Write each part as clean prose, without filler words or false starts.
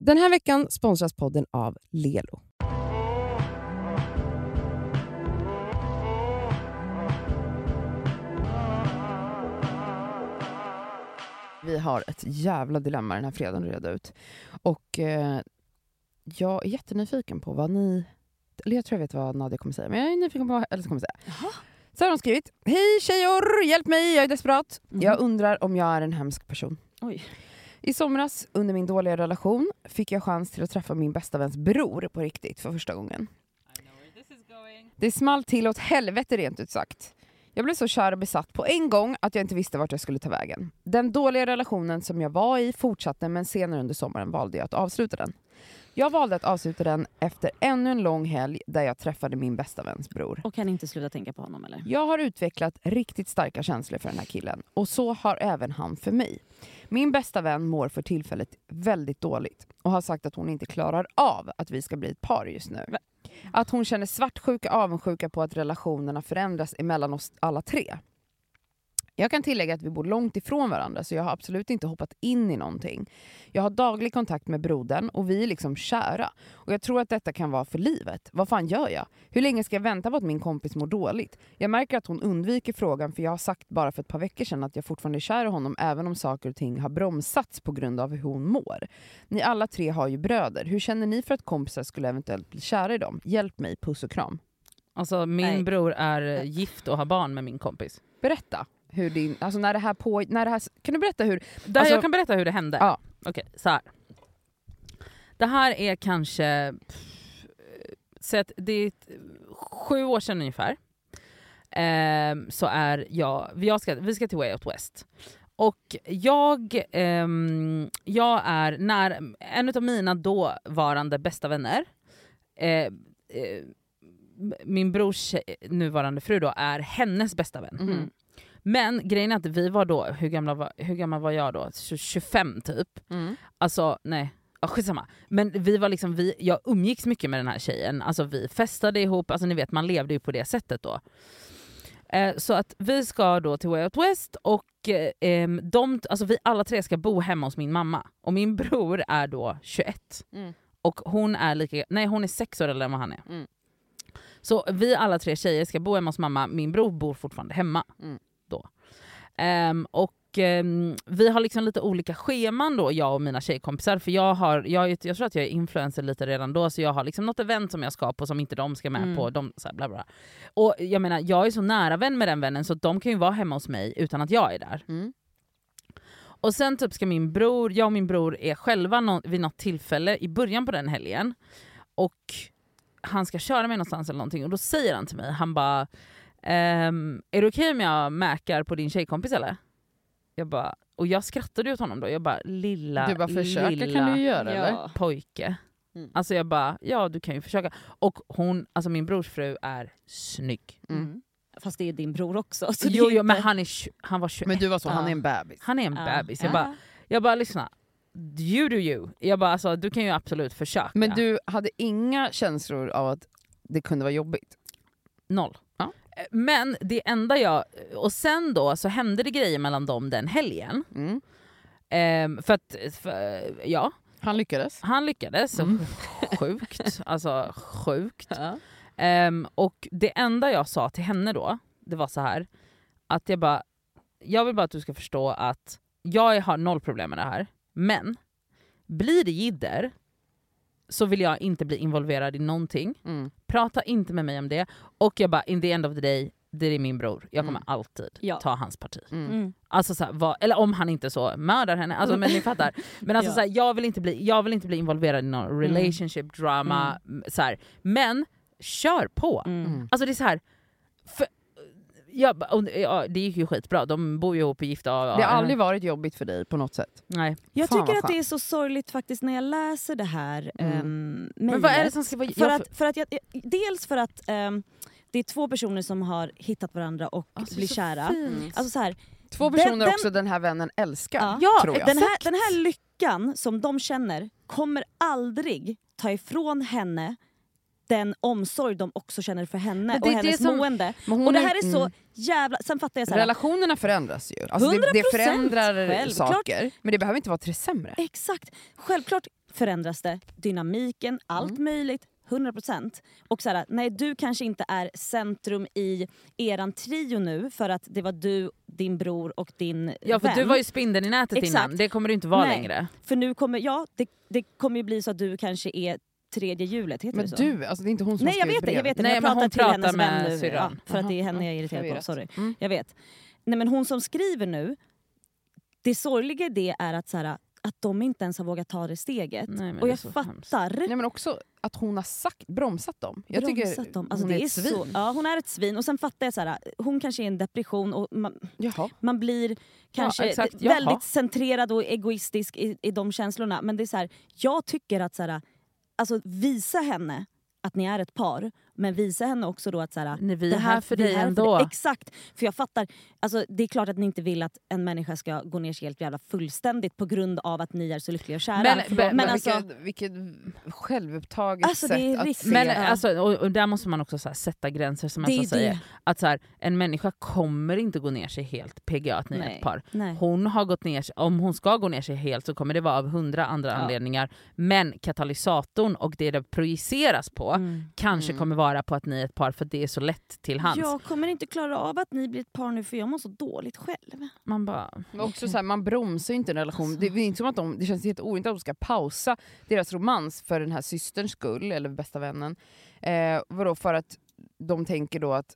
Den här veckan sponsras podden av Lelo. Vi har ett jävla dilemma den här fredagen att reda ut. Och jag är jättenyfiken på vad ni... Eller jag tror jag vet vad Nadia kommer säga. Men jag är nyfiken på vad Elsa kommer säga. Jaha. Så har de skrivit: hej tjejor, hjälp mig, jag är desperat. Jag undrar om jag är en hemsk person. Oj. I somras under min dåliga relation fick jag chans till att träffa min bästa väns bror på riktigt för första gången. Det small till åt helvete rent ut sagt. Jag blev så kär och besatt på en gång att jag inte visste vart jag skulle ta vägen. Den dåliga relationen som jag var i fortsatte, men senare under sommaren valde jag att avsluta den. Jag valde att avsluta den efter ännu en lång helg där jag träffade min bästa väns bror. Och kan inte sluta tänka på honom eller? Jag har utvecklat riktigt starka känslor för den här killen. Och så har även han för mig. Min bästa vän mår för tillfället väldigt dåligt. Och har sagt att hon inte klarar av att vi ska bli ett par just nu. Att hon känner svartsjuka avundsjuka på att relationerna förändras emellan oss alla tre. Jag kan tillägga att vi bor långt ifrån varandra, så jag har absolut inte hoppat in i någonting. Jag har daglig kontakt med brodern och vi är liksom kära. Och jag tror att detta kan vara för livet. Vad fan gör jag? Hur länge ska jag vänta på att min kompis mår dåligt? Jag märker att hon undviker frågan, för jag har sagt bara för ett par veckor sedan att jag fortfarande är kär i honom, även om saker och ting har bromsats på grund av hur hon mår. Ni alla tre har ju bröder. Hur känner ni för att kompisar skulle eventuellt bli kära i dem? Hjälp mig, puss och kram. Alltså min bror är gift och har barn med min kompis. Berätta. Hur din, alltså när det här, kan du berätta hur... Jag kan berätta hur det hände. Ja. Okej, så här. Det här är kanske... Så att det är 7 år sedan ungefär. Så är vi ska till Way Out West. Och jag är en av mina dåvarande bästa vänner. Min brors nuvarande fru då är hennes bästa vän. Mm. Men grejen är att vi var då, hur gammal var jag då? 25 typ. Alltså nej, skitsamma. Men vi var liksom, jag umgicks mycket med den här tjejen. Alltså vi festade ihop, alltså ni vet, man levde ju på det sättet då. Så att vi ska då till Way Out West och alltså vi alla tre ska bo hemma hos min mamma. Och min bror är då 21. Och hon är hon är 6 år eller vad han är. Så vi alla tre tjejer ska bo hemma hos mamma. Min bror bor fortfarande hemma då. Vi har liksom lite olika scheman då, jag och mina tjejkompisar. För jag tror att jag är influencer lite redan då. Så jag har liksom något event som jag ska på som inte de ska med på. De, så här, bla bla. Och jag menar, jag är så nära vän med den vännen så de kan ju vara hemma hos mig utan att jag är där. Och sen typ ska jag och min bror är själva vid något tillfälle i början på den helgen. Och han ska köra mig någonstans eller någonting. Och då säger han till mig, han bara... är det okej om jag mäkar på din tjejkompis eller? Jag bara, och jag skrattade åt honom då. Jag bara, Du bara, försöka kan du göra eller? Pojke. Alltså jag bara, ja du kan ju försöka. Och hon, alltså min brors fru är snygg. Fast det är din bror också. Så Jo, men han var 21. Men du var så, han är en bebis. Han är en bebis. Jag bara, lyssna. You do you. Jag bara, alltså du kan ju absolut försöka. Men du hade inga känslor av att det kunde vara jobbigt? 0. Ja. Men det enda och sen då så hände det grejer mellan dem den helgen. Han lyckades. Sjukt. Alltså sjukt. Och det enda jag sa till henne då, det var så här att jag vill bara att du ska förstå att jag har 0 problem med det här. Men blir det jidder så vill jag inte bli involverad i någonting. Prata inte med mig om det. Och jag bara, in the end of the day, det är min bror. Jag kommer alltid ta hans parti. Alltså så här, eller om han inte så mördar henne. Alltså, men ni fattar. Men alltså så här, jag vill inte bli involverad i någon relationship drama. Så här. Men kör på. Alltså det är så här. Det gick ju skitbra. De bor ju ihop och gifta. Det har aldrig varit jobbigt för dig på något sätt. Nej. Jag tycker att det är så sorgligt faktiskt när jag läser det här. Men vad är det som ska vara... Dels för att det är 2 personer som har hittat varandra och blir kära. Alltså så här, 2 personer också den här vännen älskar. Tror jag. Den här lyckan som de känner kommer aldrig ta ifrån henne den omsorg de också känner för henne och hennes mående. Och det här är så jävla... Sen fattar jag så här, relationerna förändras ju. Alltså det förändrar saker. Men det behöver inte vara till det sämre. Exakt. Självklart förändras det. Dynamiken, allt möjligt. 100%. Och såhär, nej, du kanske inte är centrum i eran trio nu för att det var du, din bror och din vän. Ja, för du var ju spindeln i nätet. Exakt. Innan. Det kommer du inte vara längre. För nu kommer, det kommer ju bli så att du kanske är tredje hjulet, heter men det så? Men du, alltså det är inte hon som nej, jag vet det. Nej, jag pratar till hennes vän nu. Syrran. För att det är henne jag är irriterad på, sorry. Jag vet. Nej, men hon som skriver nu, det sorgliga i det är att såhär, att de inte ens har vågat ta det steget. Nej, och jag fattar. Nej, men också att hon har bromsat dem. Jag tycker dem. Alltså, hon är ett svin. Hon är ett svin. Och sen fattar jag såhär, hon kanske är en depression och man blir kanske väldigt centrerad och egoistisk i de känslorna. Men det är så här, jag tycker att såhär, alltså, visa henne att ni är ett par, men visa henne också då att såhär, nej, vi är här för dig ändå. Exakt, för jag fattar, alltså, det är klart att ni inte vill att en människa ska gå ner sig helt jävla fullständigt på grund av att ni är så lyckliga och kära. Men alltså, vilket självupptaget alltså, sätt att riktigt, men alltså, och där måste man också så här, sätta gränser som jag säger. Att så här, en människa kommer inte gå ner sig helt PGA att ni är ett par. Nej. Hon har gått ner sig, om hon ska gå ner sig helt så kommer det vara av 100 andra anledningar. Men katalysatorn och det projiceras på kanske kommer vara på att ni är ett par för det är så lätt till hands. Jag kommer inte klara av att ni blir ett par nu för jag mår så dåligt själv. Man bara... också så här, man bromsar ju inte en relation. Alltså. Det är inte som att det känns helt orimligt att de ska pausa deras romans för den här systerns skull, eller bästa vännen. Vadå, för att de tänker då att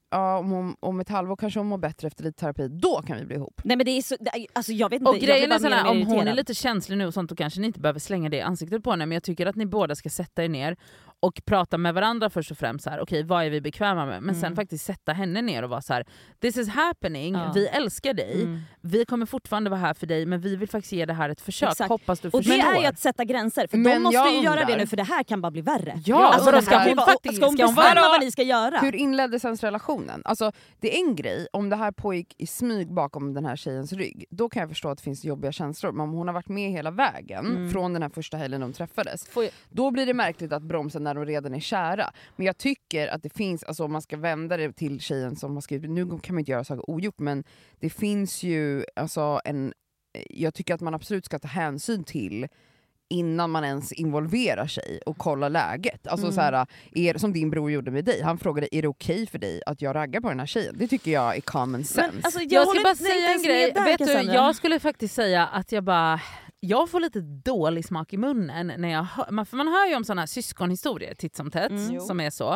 om ett halvår kanske hon mår bättre efter lite terapi, då kan vi bli ihop. Nej, men det är så, alltså jag vet inte. Och grejen är såhär, om hon är lite känslig nu och sånt, då kanske ni inte behöver slänga det i ansiktet på henne, men jag tycker att ni båda ska sätta er ner och prata med varandra först och främst så här, okej, vad är vi bekväma med? Men sen faktiskt sätta henne ner och vara så här: this is happening, vi älskar dig, vi kommer fortfarande vara här för dig, men vi vill faktiskt ge det här ett försök. Exakt. Hoppas du förstår. Och det är ju att sätta gränser, för de måste ju göra det nu, för det här kan bara bli värre. Ja, alltså, då ska hon bestämma vad ni ska göra? Hur inleddes ens relationen? Alltså, det är en grej, om det här pågick i smyg bakom den här tjejens rygg, då kan jag förstå att det finns jobbiga känslor. Men om hon har varit med hela vägen från den här första helgen de träffades, då blir det märkligt att bromsa när de redan är kära. Men jag tycker att det finns, alltså om man ska vända det till tjejen som har skrivit, nu kan man inte göra saker ogjort, men det finns ju alltså jag tycker att man absolut ska ta hänsyn till innan man ens involverar sig och kollar läget. Alltså så här, som din bror gjorde med dig. Han frågade, är det okej för dig att jag raggar på den här tjejen? Det tycker jag är common sense. Men, alltså, jag ska bara säga en grej. Vet du, jag skulle faktiskt säga att jag får lite dålig smak i munnen när jag hör, för man hör ju om såna här syskonhistorier titt som tätt som är så.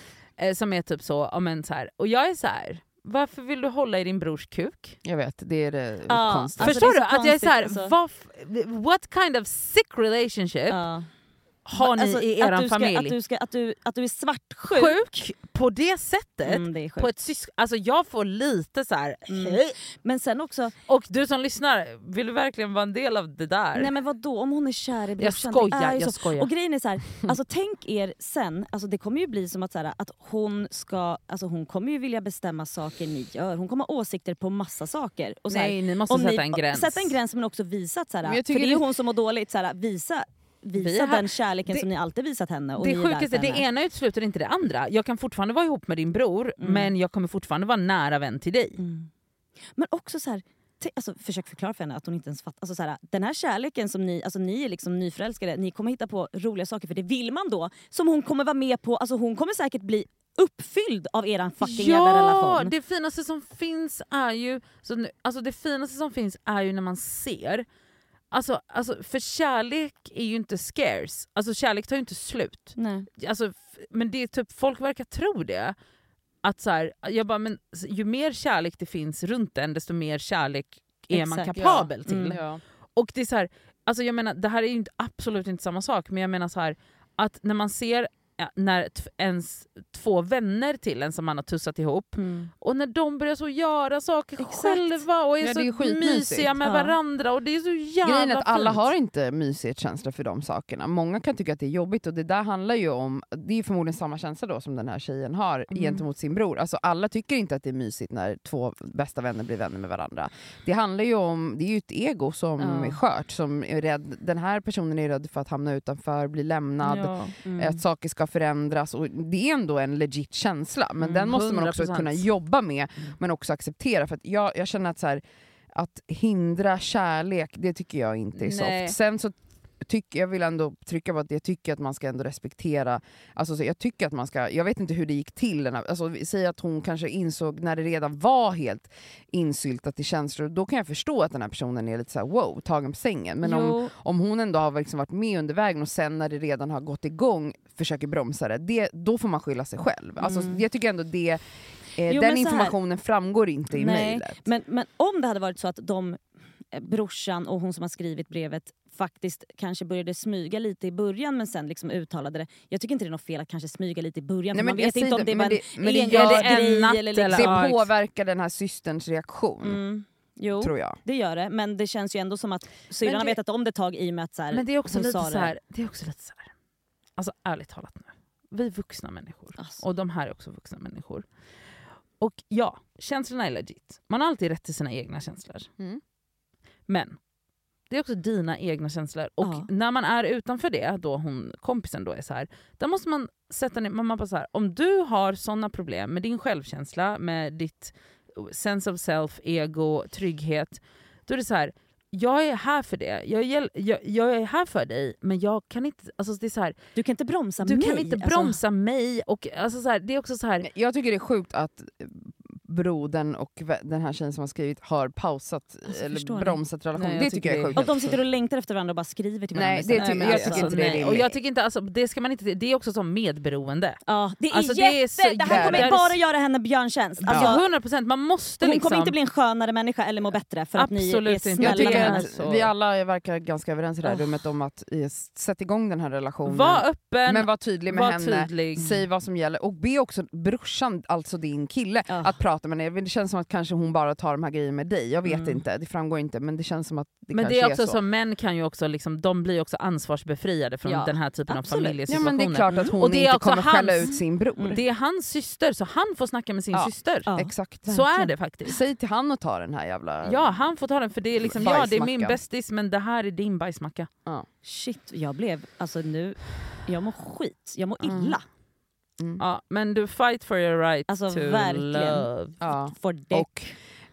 Som är typ så, men så här, och jag är så här: varför vill du hålla i din brors kuk? Jag vet, det är det konstigt. Alltså, förstår det är du? Att jag är så här, alltså. What kind of sick relationship har ni i er familj? Att du är svartsjuk på det sättet. Det är på ett alltså jag får lite så här. Men sen också, och du som lyssnar, vill du verkligen vara en del av det där? Nej, men vad då om hon är kär i brorsan? Jag skojar. Och grejen är så här, alltså tänk er sen, alltså det kommer ju bli som att så här, att hon kommer ju vilja bestämma saker ni gör. Hon kommer ha åsikter på massa saker. Och så här, nej, ni måste sätta en gräns. Sätta en gräns, men också visa att så här, för det är ju hon som mår dåligt, så här, visa den kärleken som ni alltid visat henne. Och det sjukaste, det ena utesluter inte det andra. Jag kan fortfarande vara ihop med din bror, men jag kommer fortfarande vara nära vän till dig. Men också så här, alltså, försök förklara för henne att hon inte ens fattar. Alltså, så här, den här kärleken som ni är liksom nyförälskade, ni kommer hitta på roliga saker, för det vill man då, som hon kommer vara med på. Alltså, hon kommer säkert bli uppfylld av eran fucking jävla relation. Det finaste som finns är ju när man ser. Alltså, för kärlek är ju inte scarce. Alltså kärlek tar ju inte slut. Nej. Alltså, men det är typ, folk verkar tro det. Att så här, jag bara, men ju mer kärlek det finns runt en, desto mer kärlek är man kapabel till. Ja. Och det är så här, alltså jag menar, det här är ju absolut inte samma sak, men jag menar så här, att när man ser när ens två vänner till en som man har tussat ihop och när de börjar så göra saker själva och är så mysiga med varandra, och det är så jävla grejen är att alla fint. har inte mysighetskänsla för de sakerna. Många kan tycka att det är jobbigt, och det där handlar ju om, det är förmodligen samma känsla då som den här tjejen har gentemot sin bror. Alltså alla tycker inte att det är mysigt när två bästa vänner blir vänner med varandra. Det handlar ju om, det är ju ett ego som är skört, som är rädd. Den här personen är rädd för att hamna utanför, bli lämnad, att saker ska förändras, och det är ändå en legit känsla, men den måste man också 100%. kunna jobba med, men också acceptera, för att jag känner att så här, att hindra kärlek, det tycker jag inte är soft. Sen så jag vill ändå trycka på att jag tycker att man ska ändå respektera, alltså så jag tycker att man ska, jag vet inte hur det gick till, alltså säg att hon kanske insåg när det redan var helt insyltat i känslor, då kan jag förstå att den här personen är lite så här, wow, tagen på sängen. Men om hon ändå har liksom varit med under vägen och sen när det redan har gått igång försöker bromsa det, då får man skylla sig själv. Alltså, jag tycker ändå den informationen framgår inte i mejlet. Men om det hade varit så att brorsan och hon som har skrivit brevet faktiskt kanske började smyga lite i början men sen liksom uttalade det. Jag tycker inte det är något fel att kanske smyga lite i början. Nej, men man vet inte om det var en grej eller liksom. Det påverkar den här systerns reaktion. Jo, tror jag. Det gör det, men det känns ju ändå som att syrran har vetat om det tag i med att så här, men det är också lite så här, alltså ärligt talat nu. Vi är vuxna människor. Alltså. Och de här är också vuxna människor. Och ja, känslorna är legit. Man har alltid rätt till sina egna känslor. Men det är också dina egna känslor. Och när man är utanför det, då kompisen då är så här, då måste man sätta ner, man bara så här, om du har såna problem med din självkänsla, med ditt sense of self, ego, trygghet, då är det så här, jag är här för det. Jag är här för dig, men jag kan inte, alltså det är så här, du kan inte bromsa mig. Du kan inte bromsa mig, och alltså så här, det är också så här. Jag tycker det är sjukt att brodern och den här tjejen som har skrivit har pausat eller bromsat relationen. Det tycker jag är sjukt. Och de sitter och längtar efter varandra och bara skriver till varandra. Nej, jag tycker inte det är rimligt. Och jag tycker inte, alltså, det ska man inte, det är också som medberoende. Ja, det är alltså, det här kommer bara göra henne björntjänst. Alltså, 100%, man måste hon kommer inte bli en skönare människa eller må bättre för att ni är snälla. Jag tycker att vi alla verkar ganska överens i det här rummet om att sätta igång den här relationen. Var öppen, men var tydlig med henne. Säg vad som gäller. Och be också brorsan, alltså din kille, att prata med henne. Det känns som att kanske hon bara tar de här grejerna med dig. Jag vet inte, det framgår inte, men det känns som att det men kanske det är också så. Som män kan ju också liksom, de blir också ansvarsbefriade från den här typen av familjesituationer. Ja, men det är klart att hon och det inte kommer skälla ut sin bror. Det är hans syster, så han får snacka med sin syster. Ja. Exakt. Så är det faktiskt. Säg till han att ta den här jävla... Ja, han får ta den, för det är liksom, det är min bästis, men det här är din bajsmacka. Shit, jag mår skit. Jag mår illa. Ja, men du fight for your right alltså, to verkligen. Love. For dick. Och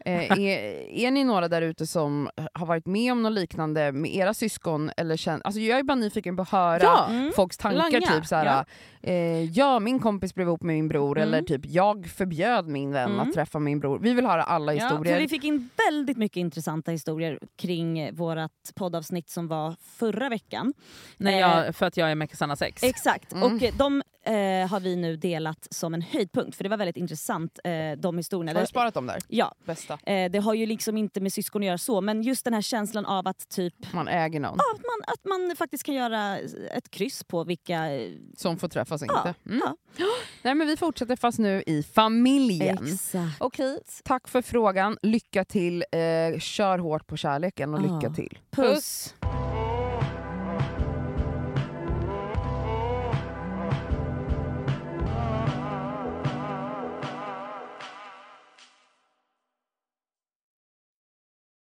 är ni några där ute som har varit med om något liknande med era syskon? Eller alltså jag är bara nyfiken på att höra folks tankar. Typ såhär, min kompis blev ihop med min bror, eller typ jag förbjöd min vän att träffa min bror. Vi vill höra alla historier. För vi fick in väldigt mycket intressanta historier kring vårat poddavsnitt som var förra veckan. För att jag är med Cassandra 6. Exakt, och de har vi nu delat som en höjdpunkt, för det var väldigt intressant, de historierna. Har du sparat dem där? Ja. Bästa. Det har ju liksom inte med syskon att göra så, men just den här känslan av att typ man äger någon. Att man faktiskt kan göra ett kryss på vilka som får träffas inte. Nej, men vi fortsätter fast nu i familjen. Exakt. Okej, tack för frågan. Lycka till. Kör hårt på kärleken och lycka till. Puss.